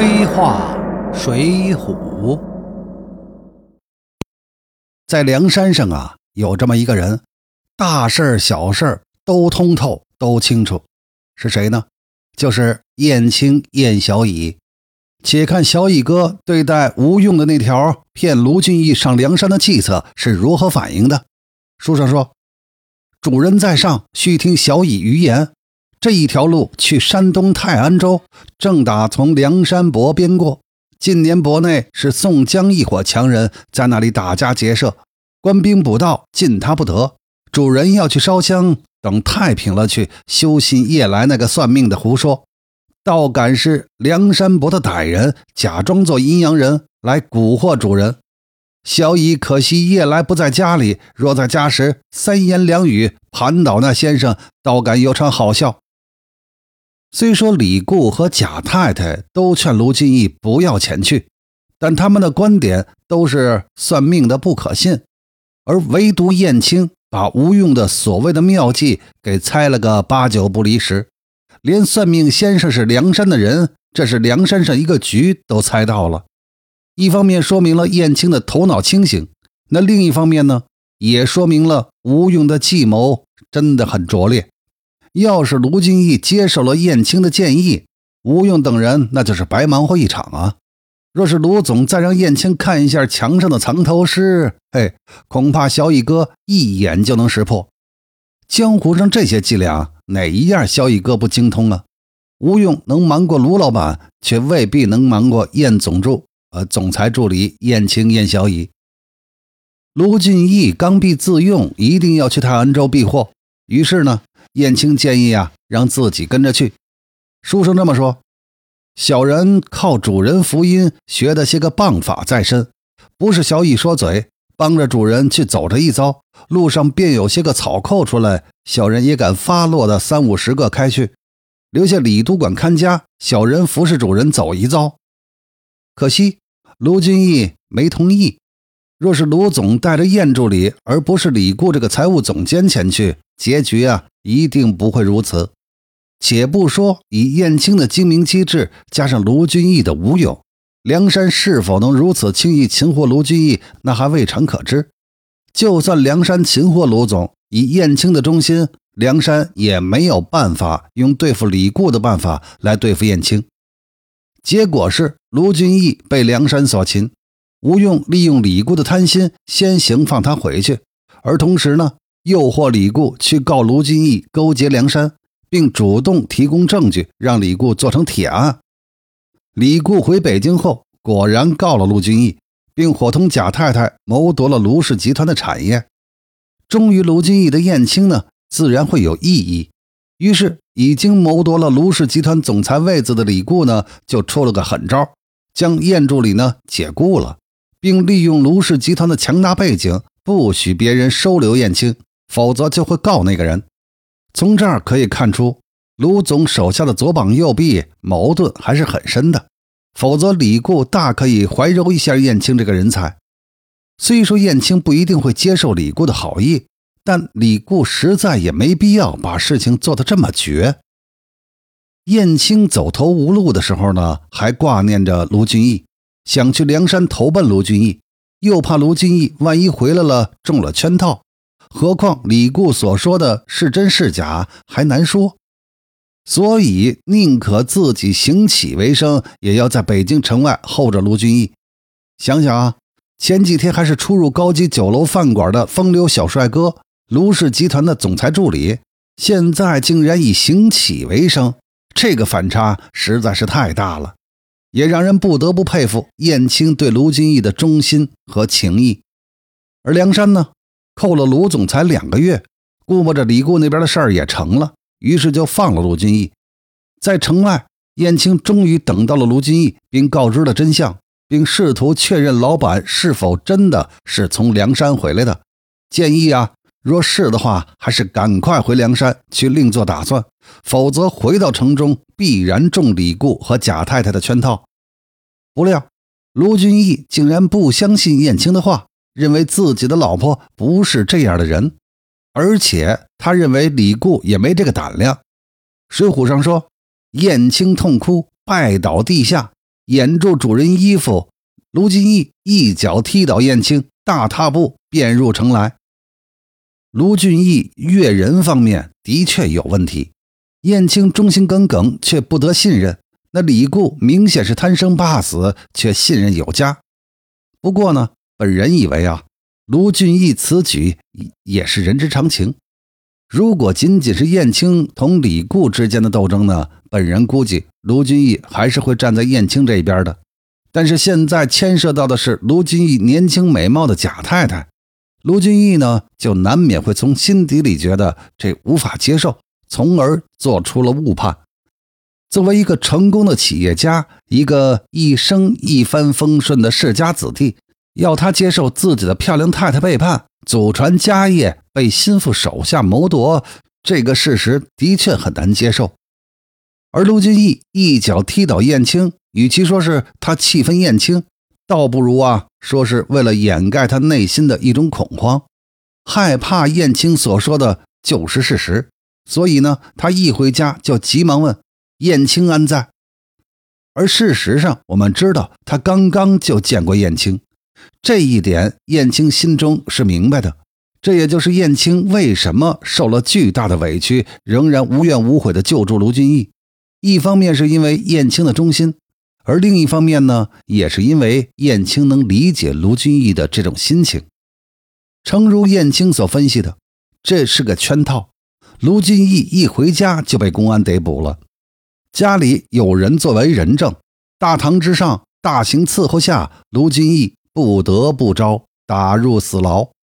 飞画水浒。在梁山上啊，有这么一个人，大事小事都通透，都清楚。是谁呢？就是燕青燕小乙。且看小乙哥对待吴用的那条骗卢俊义上梁山的计策是如何反应的。书上说，主人在上，须听小乙余言。这一条路去山东泰安州，正打从梁山泊边过。近年泊内是宋江一伙强人在那里打家劫舍，官兵捕到，进他不得。主人要去烧香，等太平了去，休信夜来那个算命的胡说。倒赶是梁山泊的歹人假装作阴阳人来蛊惑主人。小乙可惜夜来不在家里，若在家时，三言两语盘倒那先生，倒敢有场好笑。虽说李固和贾太太都劝卢俊义不要前去，但他们的观点都是算命的不可信，而唯独燕青把吴用的所谓的妙计给猜了个八九不离十，连算命先生是梁山的人，这是梁山上一个局都猜到了。一方面说明了燕青的头脑清醒，那另一方面呢，也说明了吴用的计谋真的很拙劣。要是卢俊义接受了燕青的建议，吴用等人那就是白忙活一场啊。若是卢总再让燕青看一下墙上的藏头诗，恐怕小乙哥一眼就能识破。江湖上这些伎俩，哪一样小乙哥不精通啊？吴用能瞒过卢老板，却未必能瞒过燕总助总裁助理燕青燕小乙。卢俊义刚愎自用，一定要去泰安州避祸，于是呢，燕青建议让自己跟着去。书上这么说，小人靠主人福音学的些个棒法在身，不是小乙说嘴，帮着主人去走这一遭，路上便有些个草寇出来，小人也敢发落的30-50个开去，留下李督管看家，小人服侍主人走一遭。可惜卢俊义没同意，若是卢总带着燕助理，而不是李固这个财务总监前去，结局一定不会如此。且不说以燕青的精明机智，加上卢俊义的武勇，梁山是否能如此轻易擒获卢俊义，那还未尝可知。就算梁山擒获卢总，以燕青的忠心，梁山也没有办法用对付李固的办法来对付燕青。结果是卢俊义被梁山所擒，吴用利用李固的贪心，先行放他回去，而同时呢，诱惑李固去告卢俊义勾结梁山，并主动提供证据，让李固做成铁案。李固回北京后，果然告了卢俊义，并伙同贾太太谋夺了卢氏集团的产业。忠于卢俊义的燕青呢，自然会有异议。于是已经谋夺了卢氏集团总裁位子的李固呢，就出了个狠招，将燕助理呢解雇了，并利用卢氏集团的强大背景，不许别人收留燕青，否则就会告那个人。从这儿可以看出，卢总手下的左膀右臂矛盾还是很深的，否则李固大可以怀柔一下燕青这个人才。虽说燕青不一定会接受李固的好意，但李固实在也没必要把事情做得这么绝。燕青走投无路的时候呢，还挂念着卢俊义，想去梁山投奔卢俊义，又怕卢俊义万一回来了中了圈套，何况李固所说的是真是假还难说，所以宁可自己行乞为生，也要在北京城外候着卢俊义。想想前几天还是出入高级酒楼饭馆的风流小帅哥，卢氏集团的总裁助理，现在竟然以行乞为生，这个反差实在是太大了，也让人不得不佩服燕青对卢俊义的忠心和情谊。而梁山呢，扣了卢总裁2个月，估摸着李固那边的事儿也成了，于是就放了卢俊义。在城外，燕青终于等到了卢俊义，并告知了真相，并试图确认老板是否真的是从梁山回来的，建议若是的话，还是赶快回梁山去另做打算，否则回到城中必然中李固和贾太太的圈套。不料卢俊义竟然不相信燕青的话，认为自己的老婆不是这样的人，而且他认为李固也没这个胆量。水浒上说，燕青痛哭拜倒地下， 掩住主人衣服，卢俊义一脚踢倒燕青，大踏步便入城来。卢俊义阅人方面的确有问题，燕青忠心耿耿，却不得信任。那李固明显是贪生怕死，却信任有加。不过呢，本人以为卢俊义此举也是人之常情。如果仅仅是燕青同李固之间的斗争呢，本人估计卢俊义还是会站在燕青这一边的。但是现在牵涉到的是卢俊义年轻美貌的贾太太，卢俊义呢就难免会从心底里觉得这无法接受，从而做出了误判。作为一个成功的企业家，一个一生一帆风顺的世家子弟，要他接受自己的漂亮太太背叛，祖传家业被心腹手下谋夺，这个事实的确很难接受。而卢俊义一脚踢倒燕青，与其说是他气愤燕青，倒不如说是为了掩盖他内心的一种恐慌，害怕燕青所说的就是事实。所以呢，他一回家就急忙问燕青安在。而事实上我们知道他刚刚就见过燕青，这一点燕青心中是明白的。这也就是燕青为什么受了巨大的委屈，仍然无怨无悔地救助卢俊义。一方面是因为燕青的忠心，而另一方面呢，也是因为燕青能理解卢俊义的这种心情。诚如燕青所分析的，这是个圈套。卢俊义一回家就被公安逮捕了，家里有人作为人证，大堂之上大刑伺候下，卢俊义不得不招打入死牢。